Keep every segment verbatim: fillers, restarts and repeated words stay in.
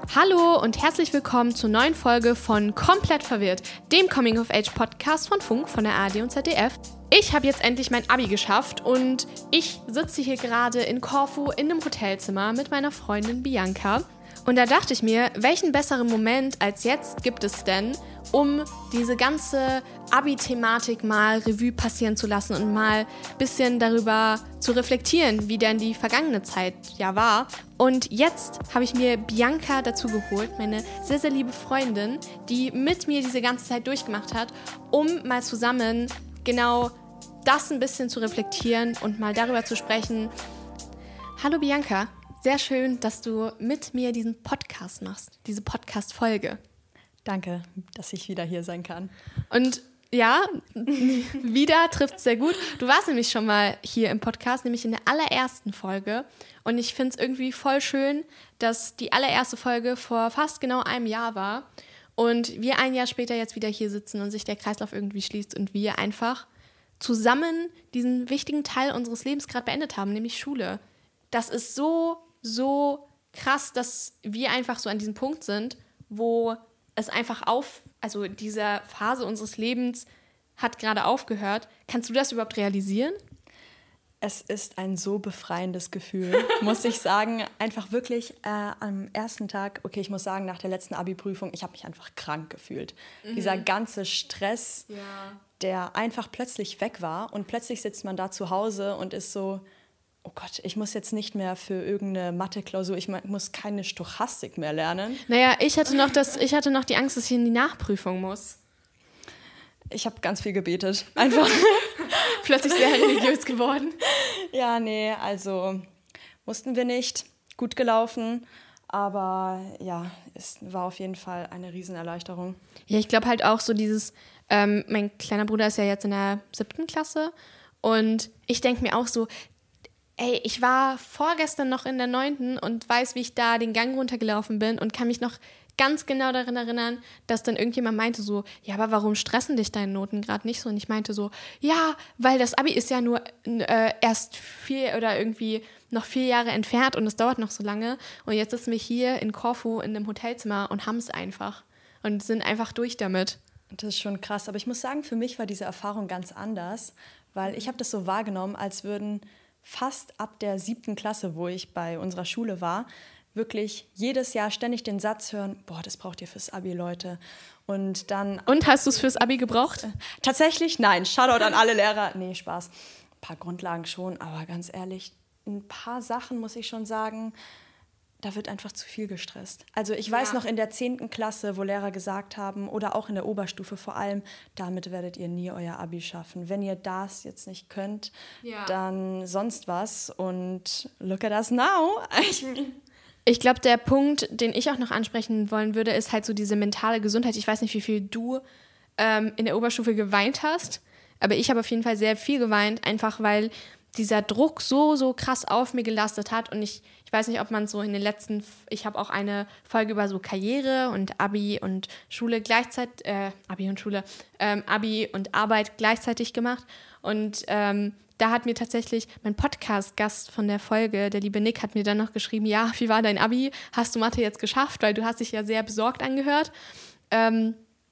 Hallo und herzlich willkommen zur neuen Folge von Komplett verwirrt, dem Coming-of-Age-Podcast von Funk, von der A R D und Z D F. Ich habe jetzt endlich mein Abi geschafft und ich sitze hier gerade in Korfu in einem Hotelzimmer mit meiner Freundin Bianca. Und da dachte ich mir, welchen besseren Moment als jetzt gibt es denn, um diese ganze Abi-Thematik mal Revue passieren zu lassen und mal ein bisschen darüber zu reflektieren, wie denn die vergangene Zeit ja war. Und jetzt habe ich mir Bianca dazu geholt, meine sehr, sehr liebe Freundin, die mit mir diese ganze Zeit durchgemacht hat, um mal zusammen genau das ein bisschen zu reflektieren und mal darüber zu sprechen. Hallo Bianca, sehr schön, dass du mit mir diesen Podcast machst, diese Podcast-Folge. Danke, dass ich wieder hier sein kann. Und ja, wieder trifft es sehr gut. Du warst nämlich schon mal hier im Podcast, nämlich in der allerersten Folge. Und ich finde es irgendwie voll schön, dass die allererste Folge vor fast genau einem Jahr war und wir ein Jahr später jetzt wieder hier sitzen und sich der Kreislauf irgendwie schließt und wir einfach zusammen diesen wichtigen Teil unseres Lebens gerade beendet haben, nämlich Schule. Das ist so, so krass, dass wir einfach so an diesem Punkt sind, wo es einfach auf, also diese Phase unseres Lebens hat gerade aufgehört. Kannst du das überhaupt realisieren? Es ist ein so befreiendes Gefühl, muss ich sagen. Einfach wirklich äh, am ersten Tag, okay, ich muss sagen, nach der letzten Abi-Prüfung, ich habe mich einfach krank gefühlt. Mhm. Dieser ganze Stress, ja. der einfach plötzlich weg war und plötzlich sitzt man da zu Hause und ist so, oh Gott, ich muss jetzt nicht mehr für irgendeine Mathe-Klausur, ich muss keine Stochastik mehr lernen. Naja, ich hatte noch, das, ich hatte noch die Angst, dass ich in die Nachprüfung muss. Ich habe ganz viel gebetet, einfach. Plötzlich sehr religiös geworden. Ja, nee, also mussten wir nicht. Gut gelaufen, aber ja, es war auf jeden Fall eine Riesenerleichterung. Ja, ich glaube halt auch so dieses, ähm, mein kleiner Bruder ist ja jetzt in der siebten Klasse und ich denke mir auch so, ey, ich war vorgestern noch in der neunten und weiß, wie ich da den Gang runtergelaufen bin und kann mich noch ganz genau daran erinnern, dass dann irgendjemand meinte so, ja, aber warum stressen dich deine Noten gerade nicht so? Und ich meinte so, ja, weil das Abi ist ja nur äh, erst vier oder irgendwie noch vier Jahre entfernt und es dauert noch so lange. Und jetzt sitzen wir hier in Korfu in einem Hotelzimmer und haben es einfach und sind einfach durch damit. Das ist schon krass. Aber ich muss sagen, für mich war diese Erfahrung ganz anders, weil ich habe das so wahrgenommen, als würden fast ab der siebten Klasse, wo ich bei unserer Schule war, wirklich jedes Jahr ständig den Satz hören, boah, das braucht ihr fürs Abi, Leute. Und dann... Und hast du es fürs Abi gebraucht? Äh, tatsächlich nein. Shoutout an alle Lehrer. Nee, Spaß. Ein paar Grundlagen schon, aber ganz ehrlich, ein paar Sachen muss ich schon sagen, da wird einfach zu viel gestresst. Also ich weiß ja. noch in der zehnten Klasse, wo Lehrer gesagt haben, oder auch in der Oberstufe vor allem, damit werdet ihr nie euer Abi schaffen. Wenn ihr das jetzt nicht könnt, ja. dann sonst was. Und look at us now. Ich glaube, der Punkt, den ich auch noch ansprechen wollen würde, ist halt so diese mentale Gesundheit. Ich weiß nicht, wie viel du ähm, in der Oberstufe geweint hast, aber ich habe auf jeden Fall sehr viel geweint, einfach weil dieser Druck so, so krass auf mir gelastet hat. Und ich, ich weiß nicht, ob man so in den letzten, ich habe auch eine Folge über so Karriere und Abi und Schule gleichzeitig, äh, Abi und Schule, ähm, Abi und Arbeit gleichzeitig gemacht. Und ähm, da hat mir tatsächlich mein Podcast-Gast von der Folge, der liebe Nick, hat mir dann noch geschrieben, ja, wie war dein Abi? Hast du Mathe jetzt geschafft? Weil du hast dich ja sehr besorgt angehört. Ähm,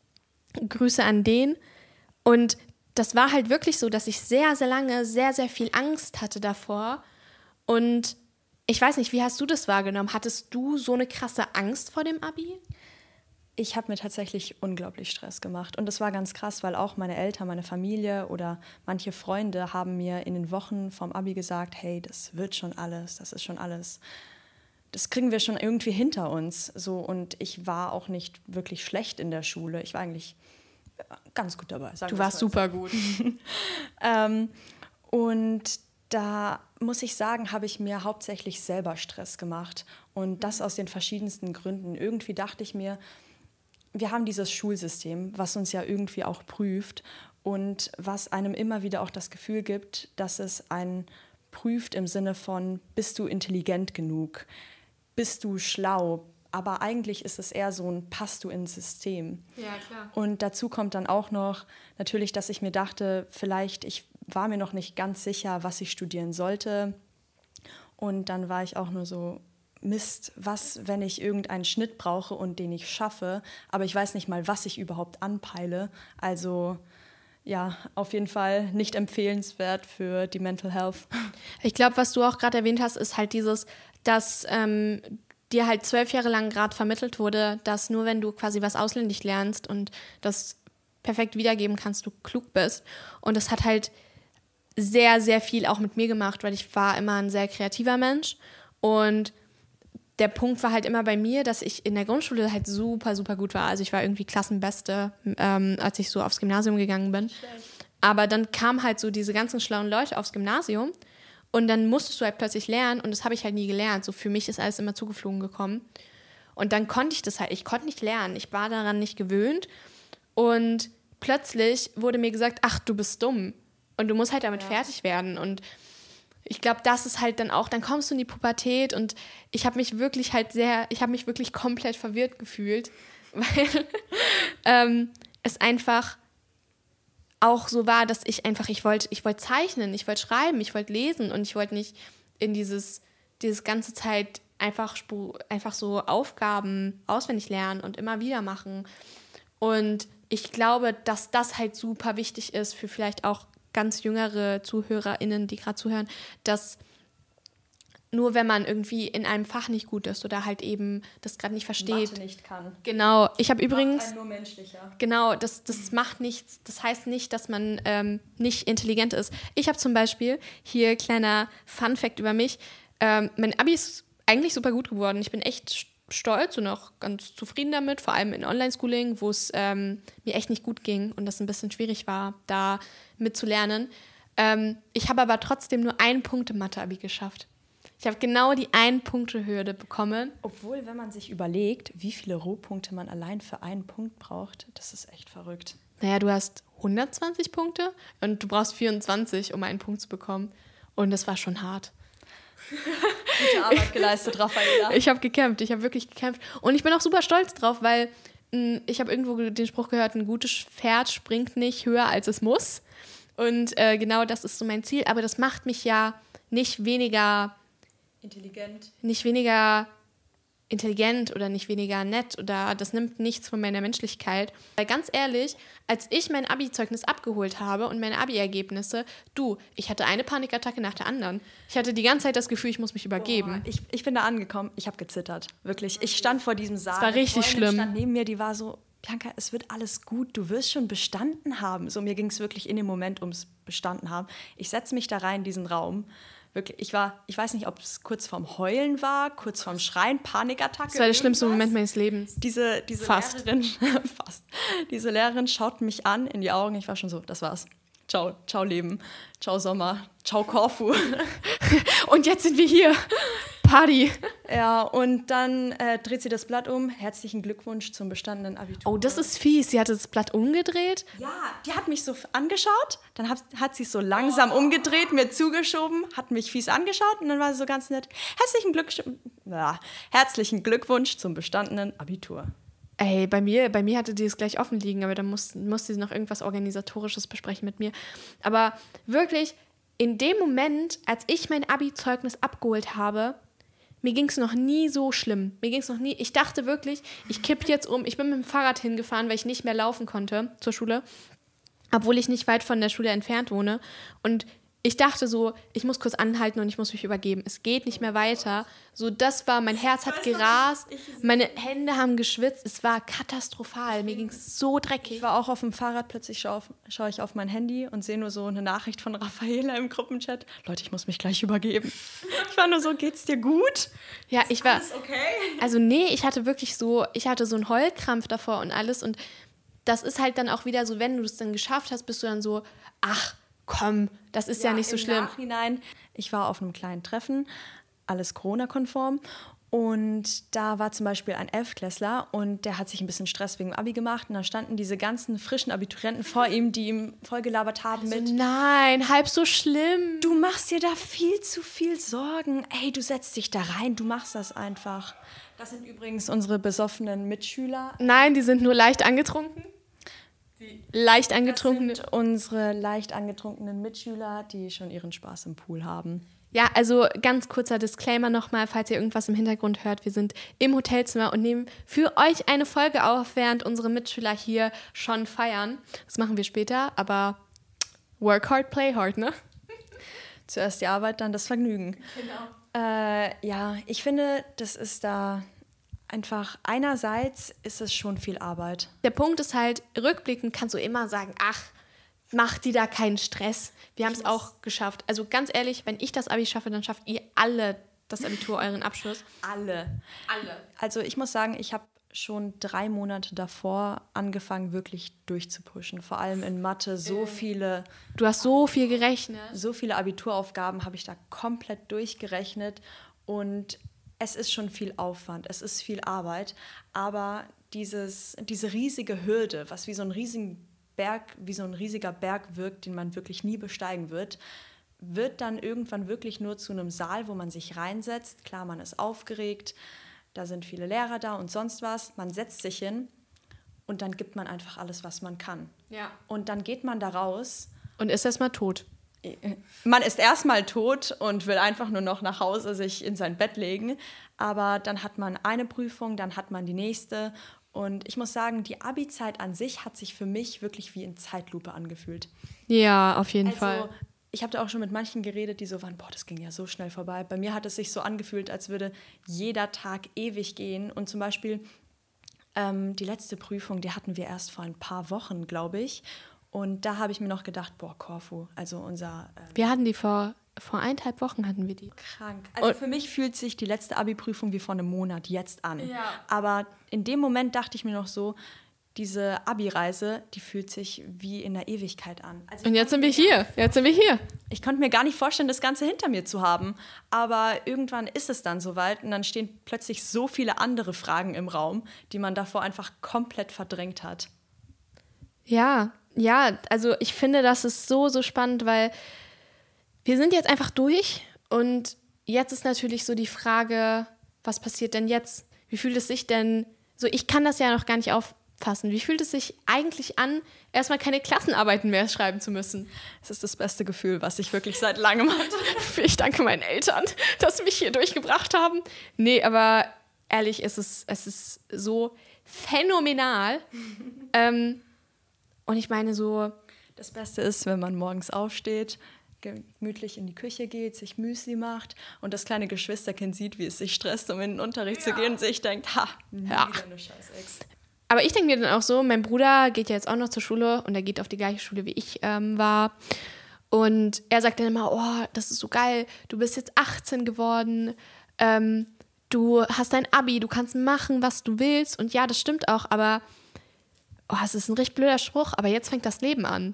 Grüße an den. Und das war halt wirklich so, dass ich sehr, sehr lange sehr, sehr viel Angst hatte davor. Und ich weiß nicht, wie hast du das wahrgenommen? Hattest du so eine krasse Angst vor dem Abi? Ich habe mir tatsächlich unglaublich Stress gemacht. Und das war ganz krass, weil auch meine Eltern, meine Familie oder manche Freunde haben mir in den Wochen vom Abi gesagt, hey, das wird schon alles, das ist schon alles. Das kriegen wir schon irgendwie hinter uns. So, und ich war auch nicht wirklich schlecht in der Schule. Ich war eigentlich ganz gut dabei. Du warst super gut. ähm, und da muss ich sagen, habe ich mir hauptsächlich selber Stress gemacht. Und das aus den verschiedensten Gründen. Irgendwie dachte ich mir, wir haben dieses Schulsystem, was uns ja irgendwie auch prüft und was einem immer wieder auch das Gefühl gibt, dass es einen prüft im Sinne von, bist du intelligent genug? Bist du schlau? Aber eigentlich ist es eher so ein, passt du ins System? Ja, klar. Und dazu kommt dann auch noch natürlich, dass ich mir dachte, vielleicht, ich war mir noch nicht ganz sicher, was ich studieren sollte. Und dann war ich auch nur so, Mist, was, wenn ich irgendeinen Schnitt brauche und den ich schaffe, aber ich weiß nicht mal, was ich überhaupt anpeile. Also ja, auf jeden Fall nicht empfehlenswert für die Mental Health. Ich glaube, was du auch gerade erwähnt hast, ist halt dieses, dass ähm, dir halt zwölf Jahre lang gerade vermittelt wurde, dass nur wenn du quasi was auswendig lernst und das perfekt wiedergeben kannst, du klug bist. Und das hat halt sehr, sehr viel auch mit mir gemacht, weil ich war immer ein sehr kreativer Mensch. Und der Punkt war halt immer bei mir, dass ich in der Grundschule halt super, super gut war. Also ich war irgendwie Klassenbeste, ähm, als ich so aufs Gymnasium gegangen bin. Aber dann kamen halt so diese ganzen schlauen Leute aufs Gymnasium und dann musstest du halt plötzlich lernen und das habe ich halt nie gelernt. So für mich ist alles immer zugeflogen gekommen. Und dann konnte ich das halt, ich konnte nicht lernen. Ich war daran nicht gewöhnt und plötzlich wurde mir gesagt, ach, du bist dumm und du musst halt damit ja. fertig werden. Und ich glaube, das ist halt dann auch, dann kommst du in die Pubertät und ich habe mich wirklich halt sehr, ich habe mich wirklich komplett verwirrt gefühlt, weil ähm, es einfach auch so war, dass ich einfach, ich wollte ich wollte zeichnen, ich wollte schreiben, ich wollte lesen und ich wollte nicht in dieses, dieses ganze Zeit einfach, einfach so Aufgaben auswendig lernen und immer wieder machen. Und ich glaube, dass das halt super wichtig ist für vielleicht auch ganz jüngere ZuhörerInnen, die gerade zuhören, dass nur wenn man irgendwie in einem Fach nicht gut ist oder halt eben das gerade nicht versteht. Mathe nicht kann. Genau. Ich habe übrigens... Macht einen nur menschlicher. Genau, das, das macht nichts. Das heißt nicht, dass man ähm, nicht intelligent ist. Ich habe zum Beispiel, hier kleiner Fun-Fact über mich, ähm, mein Abi ist eigentlich super gut geworden. Ich bin echt stolz und auch ganz zufrieden damit, vor allem in Online-Schooling, wo es ähm, mir echt nicht gut ging und das ein bisschen schwierig war, da mitzulernen. Ähm, ich habe aber trotzdem nur einen Punkt im Mathe-Abi geschafft. Ich habe genau die Ein-Punkte-Hürde bekommen. Obwohl, wenn man sich überlegt, wie viele Rohpunkte man allein für einen Punkt braucht, das ist echt verrückt. Naja, du hast hundertzwanzig Punkte und du brauchst vierundzwanzig, um einen Punkt zu bekommen. Und das war schon hart. Gute Arbeit geleistet, Raffaella. Ich habe gekämpft, ich habe wirklich gekämpft. Und ich bin auch super stolz drauf, weil mh, ich habe irgendwo den Spruch gehört, ein gutes Pferd springt nicht höher, als es muss. Und äh, genau das ist so mein Ziel. Aber das macht mich ja nicht weniger... Intelligent. Nicht weniger intelligent oder nicht weniger nett oder das nimmt nichts von meiner Menschlichkeit. Weil ganz ehrlich, als ich mein Abi-Zeugnis abgeholt habe und meine Abi-Ergebnisse, du, ich hatte eine Panikattacke nach der anderen. Ich hatte die ganze Zeit das Gefühl, ich muss mich übergeben. Boah, ich, ich bin da angekommen, ich habe gezittert, wirklich. Ich stand vor diesem Saal. Das war richtig schlimm. Stand neben mir, die war so, Bianca, es wird alles gut, du wirst schon bestanden haben. So, mir ging es wirklich in dem Moment ums Bestanden haben. Ich setze mich da rein in diesen Raum. Wirklich, ich war, ich weiß nicht, ob es kurz vorm Heulen war, kurz vorm Schreien, Panikattacke. Das war der schlimmste Moment meines Lebens. Diese, diese fast. Lehrerin, fast. Diese Lehrerin schaut mich an in die Augen. Ich war schon so, das war's. Ciao, ciao Leben, ciao Sommer, ciao Korfu. Und jetzt sind wir hier. Party. Ja, und dann äh, dreht sie das Blatt um. Herzlichen Glückwunsch zum bestandenen Abitur. Oh, das ist fies. Sie hatte das Blatt umgedreht. Ja, die hat mich so angeschaut. Dann hat, hat sie es so langsam oh. umgedreht, mir zugeschoben, hat mich fies angeschaut und dann war sie so ganz nett. Herzlichen, Glück, ja, herzlichen Glückwunsch zum bestandenen Abitur. Ey, bei mir, bei mir hatte die es gleich offen liegen, aber dann muss, musste sie noch irgendwas Organisatorisches besprechen mit mir. Aber wirklich, in dem Moment, als ich mein Abi-Zeugnis abgeholt habe, mir ging es noch nie so schlimm. Mir ging es noch nie, ich dachte wirklich, ich kipp jetzt um. Ich bin mit dem Fahrrad hingefahren, weil ich nicht mehr laufen konnte zur Schule, obwohl ich nicht weit von der Schule entfernt wohne. Und ich dachte so, ich muss kurz anhalten und ich muss mich übergeben. Es geht nicht mehr weiter. So, das war, mein Herz hat gerast, meine Hände haben geschwitzt. Es war katastrophal. Mir ging es so dreckig. Ich war auch auf dem Fahrrad, plötzlich schaue schau ich auf mein Handy und sehe nur so eine Nachricht von Raffaella im Gruppenchat. Leute, ich muss mich gleich übergeben. Ich war nur so, geht's dir gut? Ja, ich war. Ist alles okay? Also nee, ich hatte wirklich so, ich hatte so einen Heulkrampf davor und alles. Und das ist halt dann auch wieder so, wenn du es dann geschafft hast, bist du dann so, ach, komm, das ist ja, ja nicht so schlimm. Im Nachhinein, ich war auf einem kleinen Treffen, alles Corona-konform. Und da war zum Beispiel ein Elftklässler und der hat sich ein bisschen Stress wegen dem Abi gemacht. Und da standen diese ganzen frischen Abiturienten vor ihm, die ihm vollgelabert haben also mit nein, halb so schlimm. Du machst dir da viel zu viel Sorgen. Ey, du setzt dich da rein, du machst das einfach. Das sind übrigens unsere besoffenen Mitschüler. Nein, die sind nur leicht angetrunken. Die leicht angetrunkenen. Das sind unsere leicht angetrunkenen Mitschüler, die schon ihren Spaß im Pool haben. Ja, also ganz kurzer Disclaimer nochmal, falls ihr irgendwas im Hintergrund hört. Wir sind im Hotelzimmer und nehmen für euch eine Folge auf, während unsere Mitschüler hier schon feiern. Das machen wir später, aber work hard, play hard, ne? Zuerst die Arbeit, dann das Vergnügen. Genau. Äh, ja, ich finde, das ist da einfach, einerseits ist es schon viel Arbeit. Der Punkt ist halt, rückblickend kannst du immer sagen, ach, mach dir da keinen Stress. Wir haben es auch geschafft. Also ganz ehrlich, wenn ich das Abi schaffe, dann schafft ihr alle das Abitur, euren Abschluss. Alle. Alle. Also ich muss sagen, ich habe schon drei Monate davor angefangen, wirklich durchzupushen. Vor allem in Mathe so äh. viele... Du hast so viel gerechnet. So viele Abituraufgaben habe ich da komplett durchgerechnet. Und es ist schon viel Aufwand, es ist viel Arbeit. Aber dieses, diese riesige Hürde, was wie so ein riesigen Berg, wie so ein riesiger Berg wirkt, den man wirklich nie besteigen wird, wird dann irgendwann wirklich nur zu einem Saal, wo man sich reinsetzt. Klar, man ist aufgeregt, da sind viele Lehrer da und sonst was. Man setzt sich hin und dann gibt man einfach alles, was man kann. Ja. Und dann geht man da raus. Und ist erstmal tot. Man ist erstmal tot und will einfach nur noch nach Hause sich in sein Bett legen. Aber dann hat man eine Prüfung, dann hat man die nächste. Und ich muss sagen, die Abi-Zeit an sich hat sich für mich wirklich wie in Zeitlupe angefühlt. Ja, auf jeden also, Fall. Ich habe da auch schon mit manchen geredet, die so waren, boah, das ging ja so schnell vorbei. Bei mir hat es sich so angefühlt, als würde jeder Tag ewig gehen. Und zum Beispiel ähm, die letzte Prüfung, die hatten wir erst vor ein paar Wochen, glaube ich. Und da habe ich mir noch gedacht, boah, Korfu, also unser... Ähm, wir hatten die vor... Vor eineinhalb Wochen hatten wir die. Krank. Also und für mich fühlt sich die letzte Abi-Prüfung wie vor einem Monat jetzt an. Ja. Aber in dem Moment dachte ich mir noch so, diese Abi-Reise, die fühlt sich wie in der Ewigkeit an. Also und jetzt sind wir hier. Jetzt sind wir hier. Ich konnte mir gar nicht vorstellen, das Ganze hinter mir zu haben. Aber irgendwann ist es dann soweit und dann stehen plötzlich so viele andere Fragen im Raum, die man davor einfach komplett verdrängt hat. Ja, ja, also ich finde, das ist so, so spannend, weil wir sind jetzt einfach durch und jetzt ist natürlich so die Frage, was passiert denn jetzt? Wie fühlt es sich denn, so ich kann das ja noch gar nicht auffassen, wie fühlt es sich eigentlich an, erstmal keine Klassenarbeiten mehr schreiben zu müssen? Das ist das beste Gefühl, was ich wirklich seit langem hatte. Ich danke meinen Eltern, dass sie mich hier durchgebracht haben. Nee, aber ehrlich, es ist, es ist so phänomenal. ähm, und ich meine so... Das Beste ist, wenn man morgens aufsteht, gemütlich in die Küche geht, sich Müsli macht und das kleine Geschwisterkind sieht, wie es sich stresst, um in den Unterricht ja. zu gehen und sich denkt, ha, nie ja. wieder eine Scheiß-Ex. Aber ich denke mir dann auch so, mein Bruder geht ja jetzt auch noch zur Schule und er geht auf die gleiche Schule, wie ich ähm, war. Und er sagt dann immer, oh, das ist so geil, du bist jetzt achtzehn geworden, ähm, du hast dein Abi, du kannst machen, was du willst. Und ja, das stimmt auch, aber oh, es ist ein richtig blöder Spruch, aber jetzt fängt das Leben an.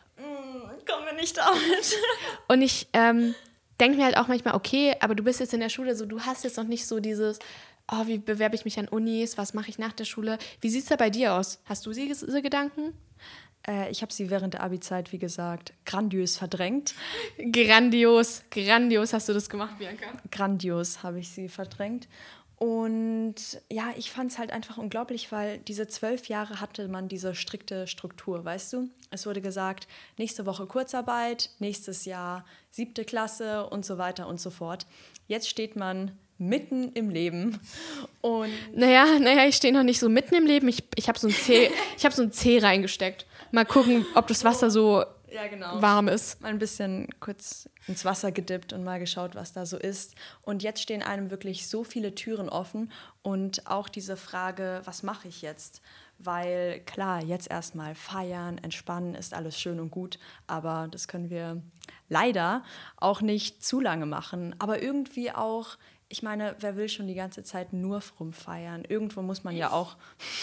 Kommen wir nicht damit. Und ich ähm, denke mir halt auch manchmal, okay, aber du bist jetzt in der Schule, so du hast jetzt noch nicht so dieses, oh, wie bewerbe ich mich an Unis, was mache ich nach der Schule? Wie sieht es da bei dir aus? Hast du diese Gedanken? Äh, ich habe sie während der Abi-Zeit, wie gesagt, grandios verdrängt. Grandios, grandios hast du das gemacht, Bianca. Grandios habe ich sie verdrängt. Und ja, ich fand es halt einfach unglaublich, weil diese zwölf Jahre hatte man diese strikte Struktur, weißt du? Es wurde gesagt, nächste Woche Kurzarbeit, nächstes Jahr siebte Klasse und so weiter und so fort. Jetzt steht man mitten im Leben. Und naja, naja, ich stehe noch nicht so mitten im Leben. Ich, ich habe so ein C, ich habe so ein C reingesteckt. Mal gucken, ob das Wasser so ja, genau. warm ist. Mal ein bisschen kurz ins Wasser gedippt und mal geschaut, was da so ist. Und jetzt stehen einem wirklich so viele Türen offen und auch diese Frage, was mache ich jetzt? Weil klar, jetzt erstmal feiern, entspannen ist alles schön und gut, aber das können wir leider auch nicht zu lange machen. Aber irgendwie auch, ich meine, wer will schon die ganze Zeit nur rumfeiern? Irgendwo muss man ja auch...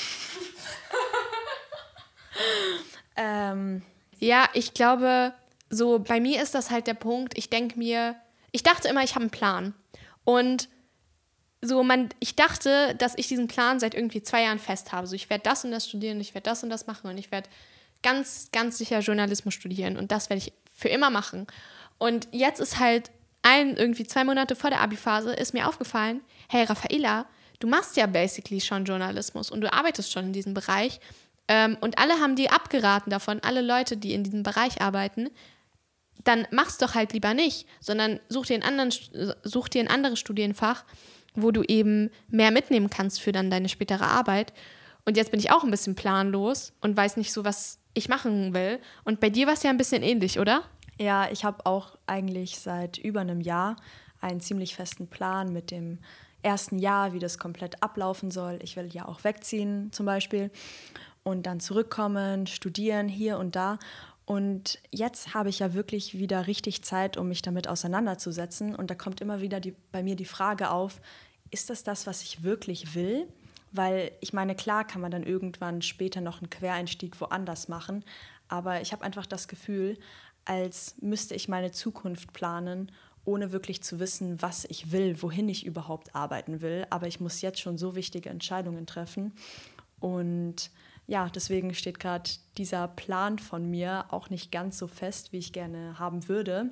ähm... Ja, ich glaube, so bei mir ist das halt der Punkt, ich denke mir, ich dachte immer, ich habe einen Plan. Und so man, ich dachte, dass ich diesen Plan seit irgendwie zwei Jahren fest habe. So ich werde das und das studieren, ich werde das und das machen und ich werde ganz, ganz sicher Journalismus studieren und das werde ich für immer machen. Und jetzt ist halt ein, irgendwie zwei Monate vor der Abi-Phase ist mir aufgefallen, hey Raffaela, du machst ja basically schon Journalismus und du arbeitest schon in diesem Bereich. Ähm, und alle haben dir abgeraten davon, alle Leute, die in diesem Bereich arbeiten, dann mach's doch halt lieber nicht, sondern such dir, einen anderen, such dir ein anderes Studienfach, wo du eben mehr mitnehmen kannst für dann deine spätere Arbeit. Und jetzt bin ich auch ein bisschen planlos und weiß nicht so, was ich machen will. Und bei dir war es ja ein bisschen ähnlich, oder? Ja, ich habe auch eigentlich seit über einem Jahr einen ziemlich festen Plan mit dem ersten Jahr, wie das komplett ablaufen soll. Ich will ja auch wegziehen zum Beispiel und dann zurückkommen, studieren hier und da. Und jetzt habe ich ja wirklich wieder richtig Zeit, um mich damit auseinanderzusetzen. Und da kommt immer wieder die, bei mir die Frage auf, ist das das, was ich wirklich will? Weil ich meine, klar kann man dann irgendwann später noch einen Quereinstieg woanders machen. Aber ich habe einfach das Gefühl, als müsste ich meine Zukunft planen, ohne wirklich zu wissen, was ich will, wohin ich überhaupt arbeiten will. Aber ich muss jetzt schon so wichtige Entscheidungen treffen. Und ja, deswegen steht gerade dieser Plan von mir auch nicht ganz so fest, wie ich gerne haben würde.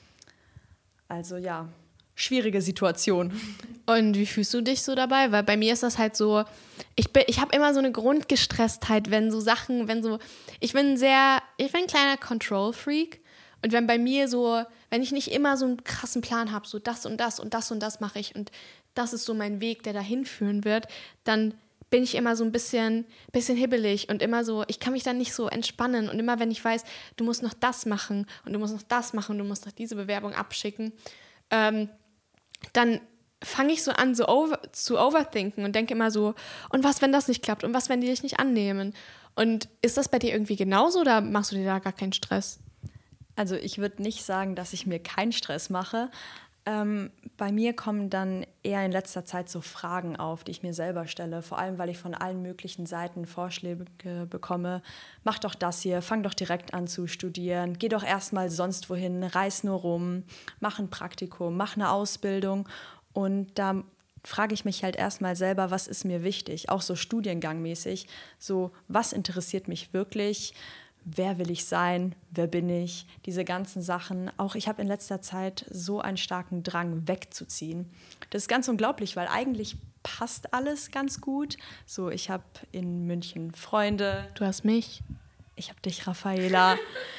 Also ja, schwierige Situation. Und wie fühlst du dich so dabei? Weil bei mir ist das halt so, ich bin, ich habe immer so eine Grundgestresstheit, wenn so Sachen, wenn so, ich bin sehr, ich bin ein kleiner Control-Freak. Und wenn bei mir so, wenn ich nicht immer so einen krassen Plan habe, so das und das und das und das mache ich und das ist so mein Weg, der dahin führen wird, dann bin ich immer so ein bisschen, bisschen hibbelig und immer so, ich kann mich dann nicht so entspannen. Und immer wenn ich weiß, du musst noch das machen und du musst noch das machen und du musst noch diese Bewerbung abschicken, ähm, dann fange ich so an, so over, zu overthinken und denke immer so, und was, wenn das nicht klappt? Und was, wenn die dich nicht annehmen? Und ist das bei dir irgendwie genauso oder machst du dir da gar keinen Stress? Also ich würde nicht sagen, dass ich mir keinen Stress mache. Ähm, bei mir kommen dann eher in letzter Zeit so Fragen auf, die ich mir selber stelle. Vor allem, weil ich von allen möglichen Seiten Vorschläge bekomme. Mach doch das hier, fang doch direkt an zu studieren. Geh doch erstmal sonst wohin, reis nur rum, mach ein Praktikum, mach eine Ausbildung. Und da frage ich mich halt erstmal selber, was ist mir wichtig? Auch so studiengangmäßig. So, was interessiert mich wirklich? Wer will ich sein? Wer bin ich? Diese ganzen Sachen. Auch ich habe in letzter Zeit so einen starken Drang, wegzuziehen. Das ist ganz unglaublich, weil eigentlich passt alles ganz gut. So, ich habe in München Freunde. Du hast mich. Ich habe dich, Raffaela.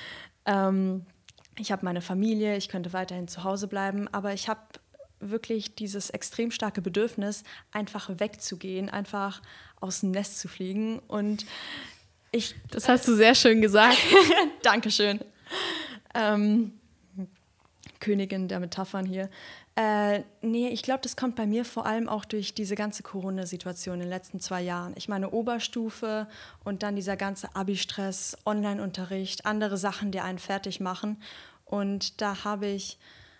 ähm, ich habe meine Familie. Ich könnte weiterhin zu Hause bleiben. Aber ich habe wirklich dieses extrem starke Bedürfnis, einfach wegzugehen, einfach aus dem Nest zu fliegen. Und Ich, das hast du sehr schön gesagt. Dankeschön. Ähm, Königin der Metaphern hier. Äh, nee, ich glaube, das kommt bei mir vor allem auch durch diese ganze Corona-Situation in den letzten zwei Jahren. Ich meine, Oberstufe und dann dieser ganze Abi-Stress, Online-Unterricht, andere Sachen, die einen fertig machen. Und da habe ich,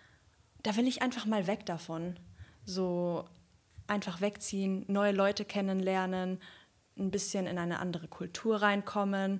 da will ich einfach mal weg davon. So einfach wegziehen, neue Leute kennenlernen, ein bisschen in eine andere Kultur reinkommen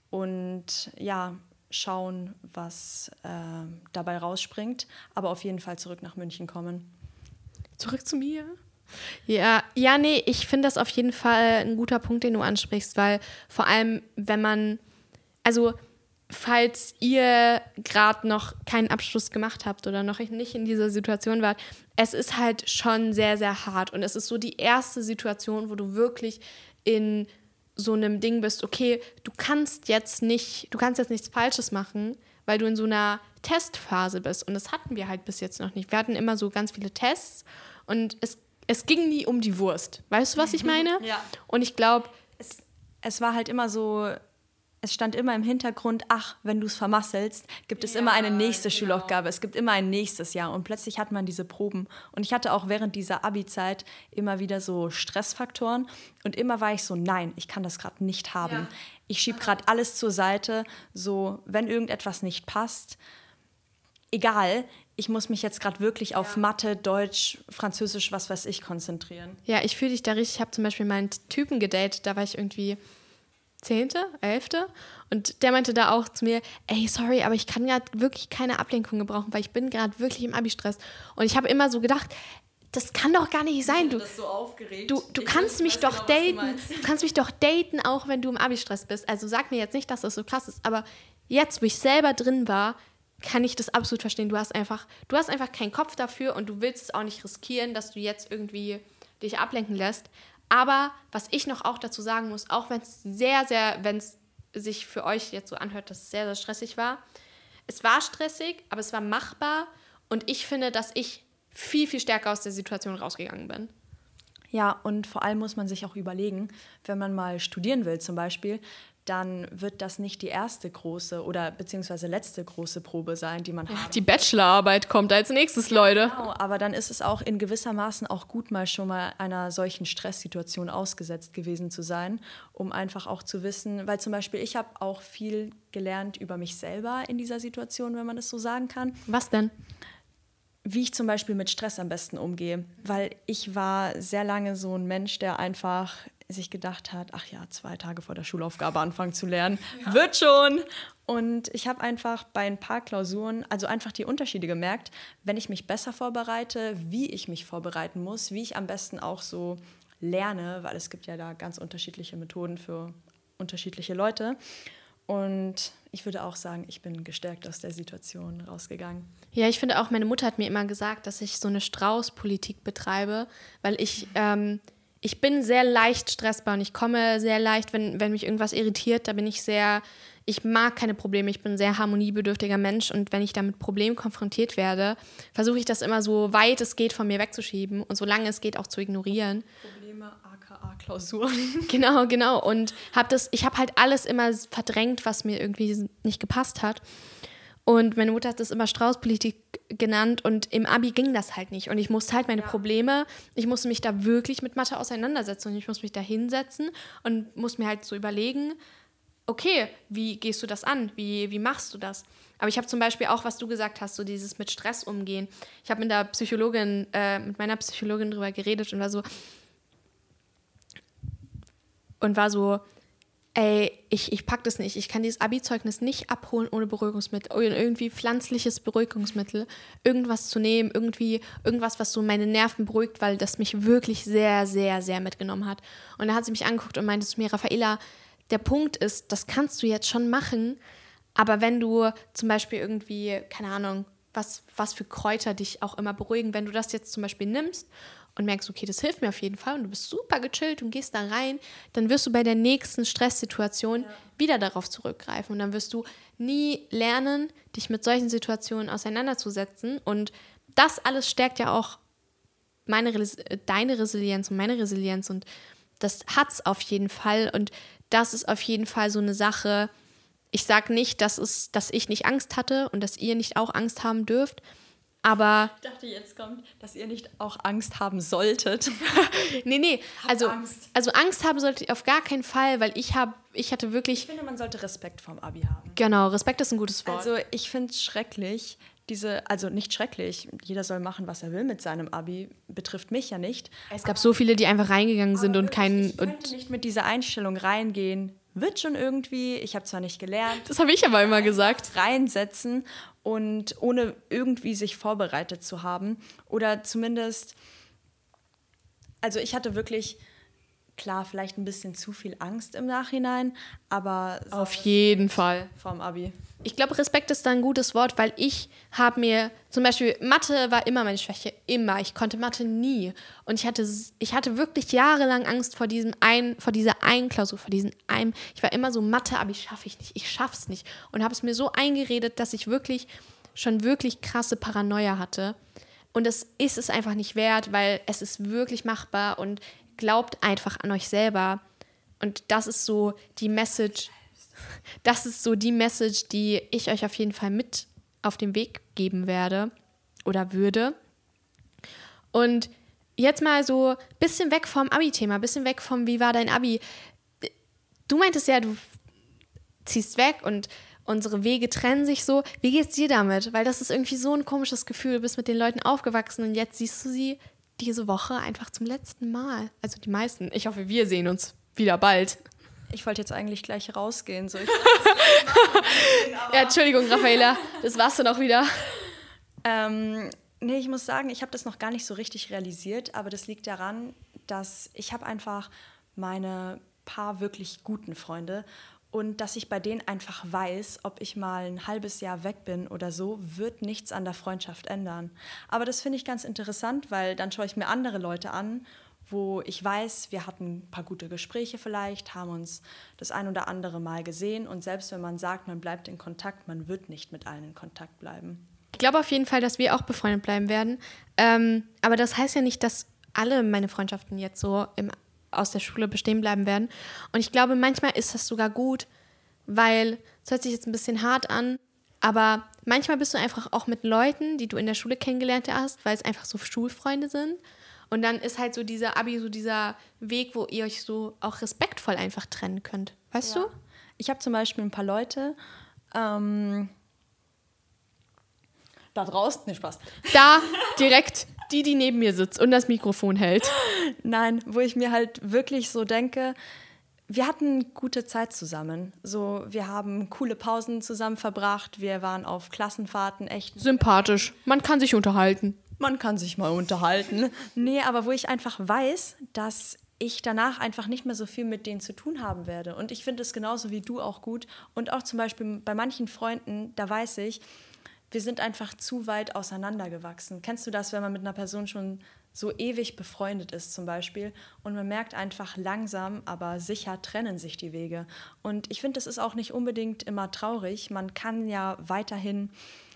und ja, schauen, was äh, dabei rausspringt, aber auf jeden Fall zurück nach München kommen. Zurück zu mir? Ja, ja, nee, ich finde das auf jeden Fall ein guter Punkt, den du ansprichst, weil vor allem, wenn man, also falls ihr gerade noch keinen Abschluss gemacht habt oder noch nicht in dieser Situation wart, es ist halt schon sehr, sehr hart und es ist so die erste Situation, wo du wirklich in so einem Ding bist, okay, du kannst jetzt nicht, du kannst jetzt nichts Falsches machen, weil du in so einer Testphase bist. Und das hatten wir halt bis jetzt noch nicht. Wir hatten immer so ganz viele Tests und es, es ging nie um die Wurst. Weißt du, was ich meine? Ja. Und ich glaube, es, es war halt immer so, es stand immer im Hintergrund, ach, wenn du es vermasselst, gibt es ja, immer eine nächste genau. Schulaufgabe, es gibt immer ein nächstes Jahr und plötzlich hat man diese Proben und ich hatte auch während dieser Abi-Zeit immer wieder so Stressfaktoren und immer war ich so, nein, ich kann das gerade nicht haben. Ja. Ich schiebe gerade alles zur Seite, so, wenn irgendetwas nicht passt, egal, ich muss mich jetzt gerade wirklich ja. auf Mathe, Deutsch, Französisch, was weiß ich, konzentrieren. Ja, ich fühle dich da richtig, ich habe zum Beispiel meinen Typen gedatet, da war ich irgendwie Zehnte, Elfte und der meinte da auch zu mir, ey, sorry, aber ich kann gerade wirklich keine Ablenkung gebrauchen, weil ich bin gerade wirklich im Abi-Stress. Und ich habe immer so gedacht, das kann doch gar nicht sein. Du, das so aufgeregt. du, du kannst mich doch genau, daten, du, du kannst mich doch daten, auch wenn du im Abi-Stress bist. Also sag mir jetzt nicht, dass das so krass ist, aber jetzt, wo ich selber drin war, kann ich das absolut verstehen. Du hast einfach, du hast einfach keinen Kopf dafür und du willst es auch nicht riskieren, dass du jetzt irgendwie dich ablenken lässt. Aber was ich noch auch dazu sagen muss, auch wenn es sehr, sehr, wenn es sich für euch jetzt so anhört, dass es sehr, sehr stressig war, es war stressig, aber es war machbar und ich finde, dass ich viel, viel stärker aus der Situation rausgegangen bin. Ja, und vor allem muss man sich auch überlegen, wenn man mal studieren will zum Beispiel, dann wird das nicht die erste große oder beziehungsweise letzte große Probe sein, die man ja, hat. Die Bachelorarbeit kommt als nächstes, Leute. Genau, aber dann ist es auch in gewissermaßen auch gut, mal schon mal einer solchen Stresssituation ausgesetzt gewesen zu sein, um einfach auch zu wissen, weil zum Beispiel ich habe auch viel gelernt über mich selber in dieser Situation, wenn man das so sagen kann. Was denn? Wie ich zum Beispiel mit Stress am besten umgehe, weil ich war sehr lange so ein Mensch, der einfach sich gedacht hat, ach ja, zwei Tage vor der Schulaufgabe anfangen zu lernen, ja. Wird schon. Und ich habe einfach bei ein paar Klausuren, also einfach die Unterschiede gemerkt, wenn ich mich besser vorbereite, wie ich mich vorbereiten muss, wie ich am besten auch so lerne, weil es gibt ja da ganz unterschiedliche Methoden für unterschiedliche Leute. Und ich würde auch sagen, ich bin gestärkt aus der Situation rausgegangen. Ja, ich finde auch, meine Mutter hat mir immer gesagt, dass ich so eine Strauß-Politik betreibe, weil ich, ähm, ich bin sehr leicht stressbar und ich komme sehr leicht, wenn, wenn mich irgendwas irritiert, da bin ich sehr, ich mag keine Probleme, ich bin ein sehr harmoniebedürftiger Mensch und wenn ich da mit Problemen konfrontiert werde, versuche ich das immer so weit es geht von mir wegzuschieben und solange es geht auch zu ignorieren. Probleme, aka Klausuren. Genau, genau. Und hab das, ich habe halt alles immer verdrängt, was mir irgendwie nicht gepasst hat. Und meine Mutter hat das immer Strauß-Politik genannt und im Abi ging das halt nicht. Und ich musste halt meine ja. Probleme, ich musste mich da wirklich mit Mathe auseinandersetzen und ich musste mich da hinsetzen und musste mir halt so überlegen, okay, wie gehst du das an? Wie, wie machst du das? Aber ich habe zum Beispiel auch, was du gesagt hast, so dieses mit Stress umgehen. Ich habe mit der Psychologin, äh, mit meiner Psychologin drüber geredet und war so, und war so, ey, ich, ich pack das nicht. Ich kann dieses Abi-Zeugnis nicht abholen ohne Beruhigungsmittel. Irgendwie pflanzliches Beruhigungsmittel. Irgendwas zu nehmen, irgendwie irgendwas, was so meine Nerven beruhigt, weil das mich wirklich sehr, sehr, sehr mitgenommen hat. Und da hat sie mich angeguckt und meinte zu mir, Raffaela, der Punkt ist, das kannst du jetzt schon machen, aber wenn du zum Beispiel irgendwie, keine Ahnung, was, was für Kräuter dich auch immer beruhigen, wenn du das jetzt zum Beispiel nimmst und merkst, okay, das hilft mir auf jeden Fall und du bist super gechillt und gehst da rein, dann wirst du bei der nächsten Stresssituation ja. wieder darauf zurückgreifen und dann wirst du nie lernen, dich mit solchen Situationen auseinanderzusetzen und das alles stärkt ja auch meine, deine Resilienz und meine Resilienz und das hat's auf jeden Fall und das ist auf jeden Fall so eine Sache, ich sage nicht, dass, es, dass ich nicht Angst hatte und dass ihr nicht auch Angst haben dürft, aber... Ich dachte, jetzt kommt, dass ihr nicht auch Angst haben solltet. nee, nee, also Angst. also Angst haben sollte ich auf gar keinen Fall, weil ich, hab, ich hatte wirklich... Ich finde, man sollte Respekt vorm Abi haben. Genau, Respekt ist ein gutes Wort. Also ich finde es schrecklich, diese, also nicht schrecklich, jeder soll machen, was er will mit seinem Abi, betrifft mich ja nicht. Es gab so viele, die einfach reingegangen sind und keinen... Ich könnte nicht mit dieser Einstellung reingehen, wird schon irgendwie, ich habe zwar nicht gelernt. Das habe ich aber immer gesagt. Reinsetzen und ohne irgendwie sich vorbereitet zu haben oder zumindest, also ich hatte wirklich, klar, vielleicht ein bisschen zu viel Angst im Nachhinein, aber... Auf jeden Fall. Vorm Abi. Ich glaube, Respekt ist da ein gutes Wort, weil ich habe mir, zum Beispiel, Mathe war immer meine Schwäche, immer. Ich konnte Mathe nie. Und ich hatte, ich hatte wirklich jahrelang Angst vor diesem ein, vor dieser einen Klausur, vor diesem einen. Ich war immer so, Mathe, aber ich schaffe ich nicht, ich schaff's nicht. Und habe es mir so eingeredet, dass ich wirklich schon wirklich krasse Paranoia hatte. Und das ist es einfach nicht wert, weil es ist wirklich machbar und glaubt einfach an euch selber. Und das ist so die Message, das ist so die Message, die ich euch auf jeden Fall mit auf den Weg geben werde oder würde. Und jetzt mal so ein bisschen weg vom Abi-Thema, ein bisschen weg vom, wie war dein Abi? Du meintest ja, du ziehst weg und unsere Wege trennen sich so. Wie geht's dir damit? Weil das ist irgendwie so ein komisches Gefühl. Du bist mit den Leuten aufgewachsen und jetzt siehst du sie diese Woche einfach zum letzten Mal. Also die meisten. Ich hoffe, wir sehen uns wieder bald. Ich wollte jetzt eigentlich gleich rausgehen. So. Ich ja, Entschuldigung, Raffaela, das warst du noch wieder. Ähm, nee, ich muss sagen, ich habe das noch gar nicht so richtig realisiert, aber das liegt daran, dass ich habe einfach meine paar wirklich guten Freunde und dass ich bei denen einfach weiß, ob ich mal ein halbes Jahr weg bin oder so, wird nichts an der Freundschaft ändern. Aber das finde ich ganz interessant, weil dann schaue ich mir andere Leute an wo ich weiß, wir hatten ein paar gute Gespräche vielleicht, haben uns das ein oder andere Mal gesehen und selbst wenn man sagt, man bleibt in Kontakt, man wird nicht mit allen in Kontakt bleiben. Ich glaube auf jeden Fall, dass wir auch befreundet bleiben werden. Ähm, aber das heißt ja nicht, dass alle meine Freundschaften jetzt so im, aus der Schule bestehen bleiben werden. Und ich glaube, manchmal ist das sogar gut, weil, es hört sich jetzt ein bisschen hart an, aber manchmal bist du einfach auch mit Leuten, die du in der Schule kennengelernt hast, weil es einfach so Schulfreunde sind. Und dann ist halt so dieser Abi, so dieser Weg, wo ihr euch so auch respektvoll einfach trennen könnt. Weißt ja. du? Ich habe zum Beispiel ein paar Leute, ähm, da draußen, ne Spaß. Da direkt die, die neben mir sitzt und das Mikrofon hält. Nein, wo ich mir halt wirklich so denke, wir hatten gute Zeit zusammen. So, wir haben coole Pausen zusammen verbracht, wir waren auf Klassenfahrten echt sympathisch. Man kann sich unterhalten. Man kann sich mal unterhalten. Nee, aber wo ich einfach weiß, dass ich danach einfach nicht mehr so viel mit denen zu tun haben werde. Und ich finde es genauso wie du auch gut. Und auch zum Beispiel bei manchen Freunden, da weiß ich, wir sind einfach zu weit auseinandergewachsen. Kennst du das, wenn man mit einer Person schon so ewig befreundet ist zum Beispiel und man merkt einfach langsam, aber sicher trennen sich die Wege. Und ich finde, das ist auch nicht unbedingt immer traurig. Man kann ja weiterhin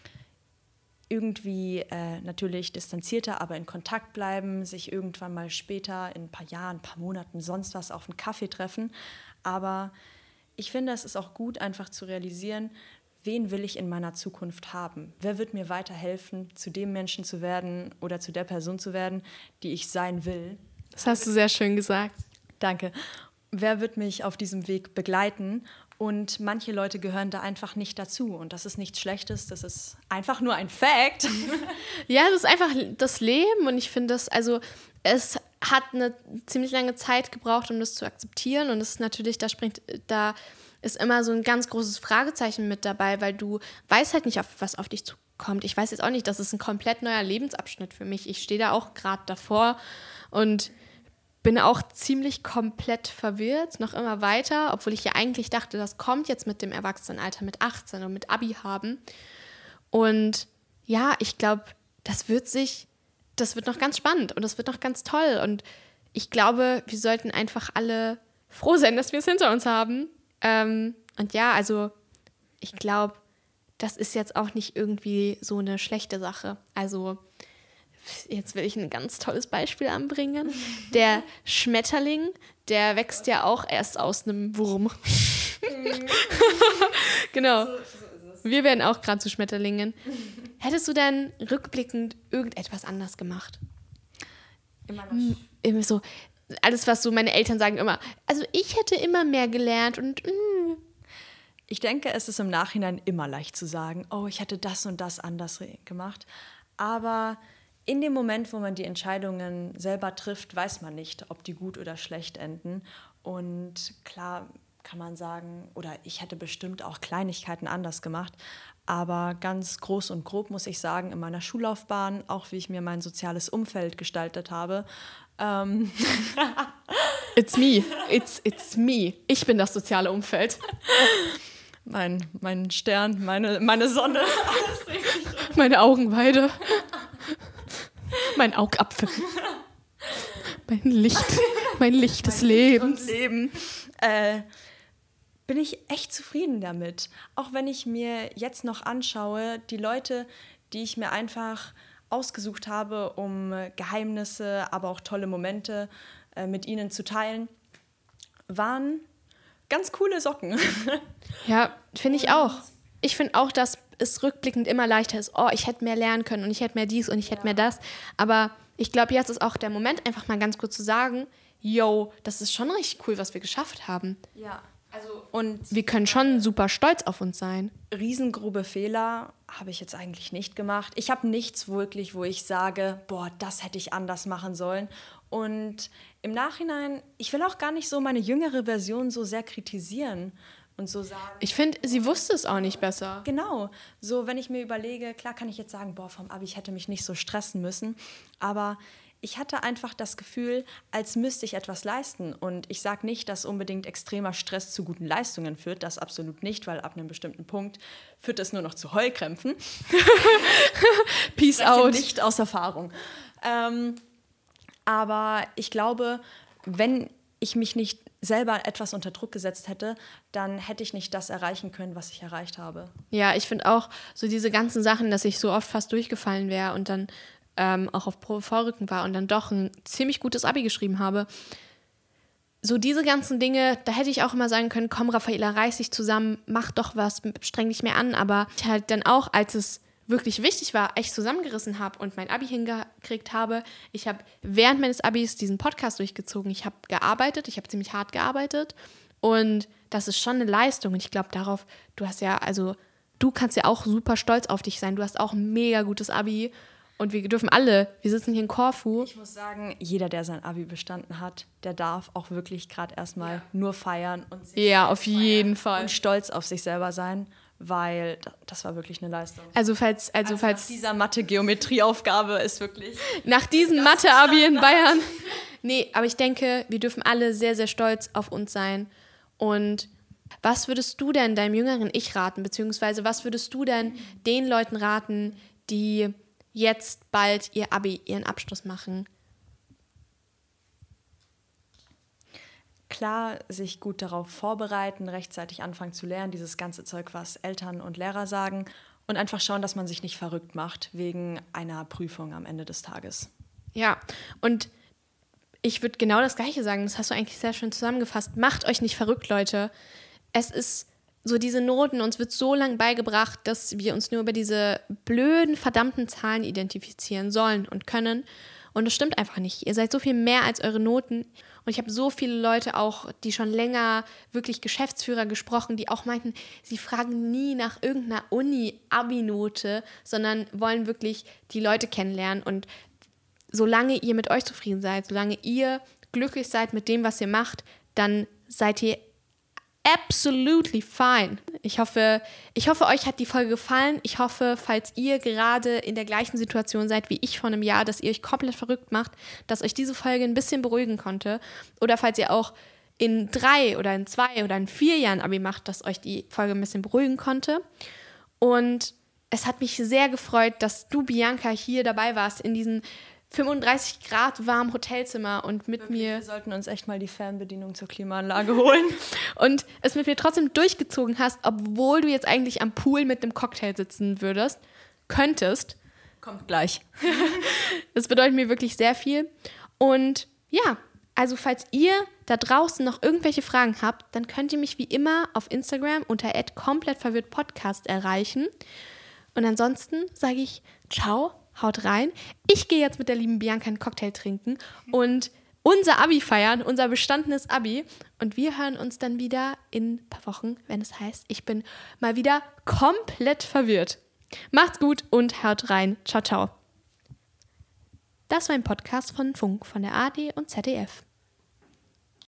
irgendwie äh, natürlich distanzierter, aber in Kontakt bleiben, sich irgendwann mal später in ein paar Jahren, ein paar Monaten, sonst was auf einen Kaffee treffen. Aber ich finde, es ist auch gut, einfach zu realisieren, wen will ich in meiner Zukunft haben? Wer wird mir weiterhelfen, zu dem Menschen zu werden oder zu der Person zu werden, die ich sein will? Das hast du sehr schön gesagt. Danke. Wer wird mich auf diesem Weg begleiten? Und manche Leute gehören da einfach nicht dazu. Und das ist nichts Schlechtes, das ist einfach nur ein Fact. Ja, das ist einfach das Leben. Und ich finde das, also es hat eine ziemlich lange Zeit gebraucht, um das zu akzeptieren. Und es ist natürlich, da springt, da ist immer so ein ganz großes Fragezeichen mit dabei, weil du weißt halt nicht, auf was auf dich zukommt. Ich weiß jetzt auch nicht, das ist ein komplett neuer Lebensabschnitt für mich. Ich stehe da auch gerade davor und bin auch ziemlich komplett verwirrt, noch immer weiter, obwohl ich ja eigentlich dachte, das kommt jetzt mit dem Erwachsenenalter, mit achtzehn und mit Abi haben. Und ja, ich glaube, das wird sich, das wird noch ganz spannend und das wird noch ganz toll. Und ich glaube, wir sollten einfach alle froh sein, dass wir es hinter uns haben. Ähm, und ja, also ich glaube, das ist jetzt auch nicht irgendwie so eine schlechte Sache. Also jetzt will ich ein ganz tolles Beispiel anbringen. Der Schmetterling, der wächst ja auch erst aus einem Wurm. Genau. Wir werden auch gerade zu Schmetterlingen. Hättest du denn rückblickend irgendetwas anders gemacht? Immer noch. Immer so, alles, was so meine Eltern sagen immer, also ich hätte immer mehr gelernt und mm. Ich denke, es ist im Nachhinein immer leicht zu sagen, oh, ich hätte das und das anders gemacht. Aber in dem Moment, wo man die Entscheidungen selber trifft, weiß man nicht, ob die gut oder schlecht enden. Und klar kann man sagen, oder ich hätte bestimmt auch Kleinigkeiten anders gemacht. Aber ganz groß und grob muss ich sagen, in meiner Schullaufbahn, auch wie ich mir mein soziales Umfeld gestaltet habe, ähm It's me. It's, it's me. Ich bin das soziale Umfeld. Mein, mein Stern, meine, meine Sonne. Meine Augenweide. Mein Augapfel. Mein Licht. Mein Licht des Lebens. Leben. Äh, bin ich echt zufrieden damit. Auch wenn ich mir jetzt noch anschaue, die Leute, die ich mir einfach ausgesucht habe, um Geheimnisse, aber auch tolle Momente äh, mit ihnen zu teilen, waren ganz coole Socken. Ja, finde ich auch. Ich finde auch, dass es rückblickend immer leichter ist, oh, ich hätte mehr lernen können und ich hätte mehr dies und ich hätte ja. mehr das. Aber ich glaube, jetzt ist auch der Moment, einfach mal ganz kurz zu sagen, yo, das ist schon richtig cool, was wir geschafft haben. Ja. Also, und wir können schon super stolz auf uns sein. Riesengrobe Fehler habe ich jetzt eigentlich nicht gemacht. Ich habe nichts wirklich, wo ich sage, boah, das hätte ich anders machen sollen. Und im Nachhinein, ich will auch gar nicht so meine jüngere Version so sehr kritisieren und so sagen. Ich finde, sie wusste es auch nicht besser. Genau. So, wenn ich mir überlege, klar kann ich jetzt sagen, boah, vom Abi, ich hätte mich nicht so stressen müssen. Aber ich hatte einfach das Gefühl, als müsste ich etwas leisten. Und ich sage nicht, dass unbedingt extremer Stress zu guten Leistungen führt. Das absolut nicht, weil ab einem bestimmten Punkt führt es nur noch zu Heulkrämpfen. Peace out. Nicht aus Erfahrung. Ähm, Aber ich glaube, wenn ich mich nicht selber etwas unter Druck gesetzt hätte, dann hätte ich nicht das erreichen können, was ich erreicht habe. Ja, ich finde auch so diese ganzen Sachen, dass ich so oft fast durchgefallen wäre und dann ähm, auch auf Probe-Vorrücken war und dann doch ein ziemlich gutes Abi geschrieben habe. So diese ganzen Dinge, da hätte ich auch immer sagen können, komm Raffaela, reiß dich zusammen, mach doch was, streng dich mehr an. Aber ich halt dann auch, als es wirklich wichtig war, echt zusammengerissen habe und mein Abi hingekriegt habe. Ich habe während meines Abis diesen Podcast durchgezogen. Ich habe gearbeitet, ich habe ziemlich hart gearbeitet und das ist schon eine Leistung. Und ich glaube darauf, du hast ja, also du kannst ja auch super stolz auf dich sein. Du hast auch ein mega gutes Abi und wir dürfen alle, wir sitzen hier in Korfu. Ich muss sagen, jeder, der sein Abi bestanden hat, der darf auch wirklich gerade erstmal ja. nur feiern und sich ja, auf jeden Fall. Und stolz auf sich selber sein. Weil das war wirklich eine Leistung. Also falls... Also, also falls nach dieser Mathe-Geometrie-Aufgabe ist wirklich... Nach diesem Mathe-Abi in Bayern. Nee, aber ich denke, wir dürfen alle sehr, sehr stolz auf uns sein. Und was würdest du denn deinem jüngeren Ich raten? Beziehungsweise was würdest du denn den Leuten raten, die jetzt bald ihr Abi, ihren Abschluss machen? Klar, sich gut darauf vorbereiten, rechtzeitig anfangen zu lernen, dieses ganze Zeug, was Eltern und Lehrer sagen und einfach schauen, dass man sich nicht verrückt macht wegen einer Prüfung am Ende des Tages. Ja, und ich würde genau das Gleiche sagen, das hast du eigentlich sehr schön zusammengefasst. Macht euch nicht verrückt, Leute. Es ist so diese Noten, uns wird so lange beigebracht, dass wir uns nur über diese blöden, verdammten Zahlen identifizieren sollen und können. Und das stimmt einfach nicht. Ihr seid so viel mehr als eure Noten. Und ich habe so viele Leute auch, die schon länger wirklich Geschäftsführer gesprochen, die auch meinten, sie fragen nie nach irgendeiner Uni-Abi-Note, sondern wollen wirklich die Leute kennenlernen. Und solange ihr mit euch zufrieden seid, solange ihr glücklich seid mit dem, was ihr macht, dann seid ihr absolutely fine. Ich hoffe, ich hoffe, euch hat die Folge gefallen. Ich hoffe, falls ihr gerade in der gleichen Situation seid wie ich vor einem Jahr, dass ihr euch komplett verrückt macht, dass euch diese Folge ein bisschen beruhigen konnte. Oder falls ihr auch in drei oder in zwei oder in vier Jahren Abi macht, dass euch die Folge ein bisschen beruhigen konnte. Und es hat mich sehr gefreut, dass du, Bianca, hier dabei warst in diesem fünfunddreißig Grad warm Hotelzimmer und mit Wirklich, mir... Wir sollten uns echt mal die Fernbedienung zur Klimaanlage holen. Und es mit mir trotzdem durchgezogen hast, obwohl du jetzt eigentlich am Pool mit einem Cocktail sitzen würdest, könntest. Kommt gleich. Das bedeutet mir wirklich sehr viel. Und ja, also falls ihr da draußen noch irgendwelche Fragen habt, dann könnt ihr mich wie immer auf Instagram unter at komplettverwirrtpodcast erreichen. Und ansonsten sage ich ciao. Haut rein. Ich gehe jetzt mit der lieben Bianca einen Cocktail trinken und unser Abi feiern, unser bestandenes Abi. Und wir hören uns dann wieder in ein paar Wochen, wenn es heißt, ich bin mal wieder komplett verwirrt. Macht's gut und haut rein. Ciao, ciao. Das war ein Podcast von Funk, von der A R D und Z D F.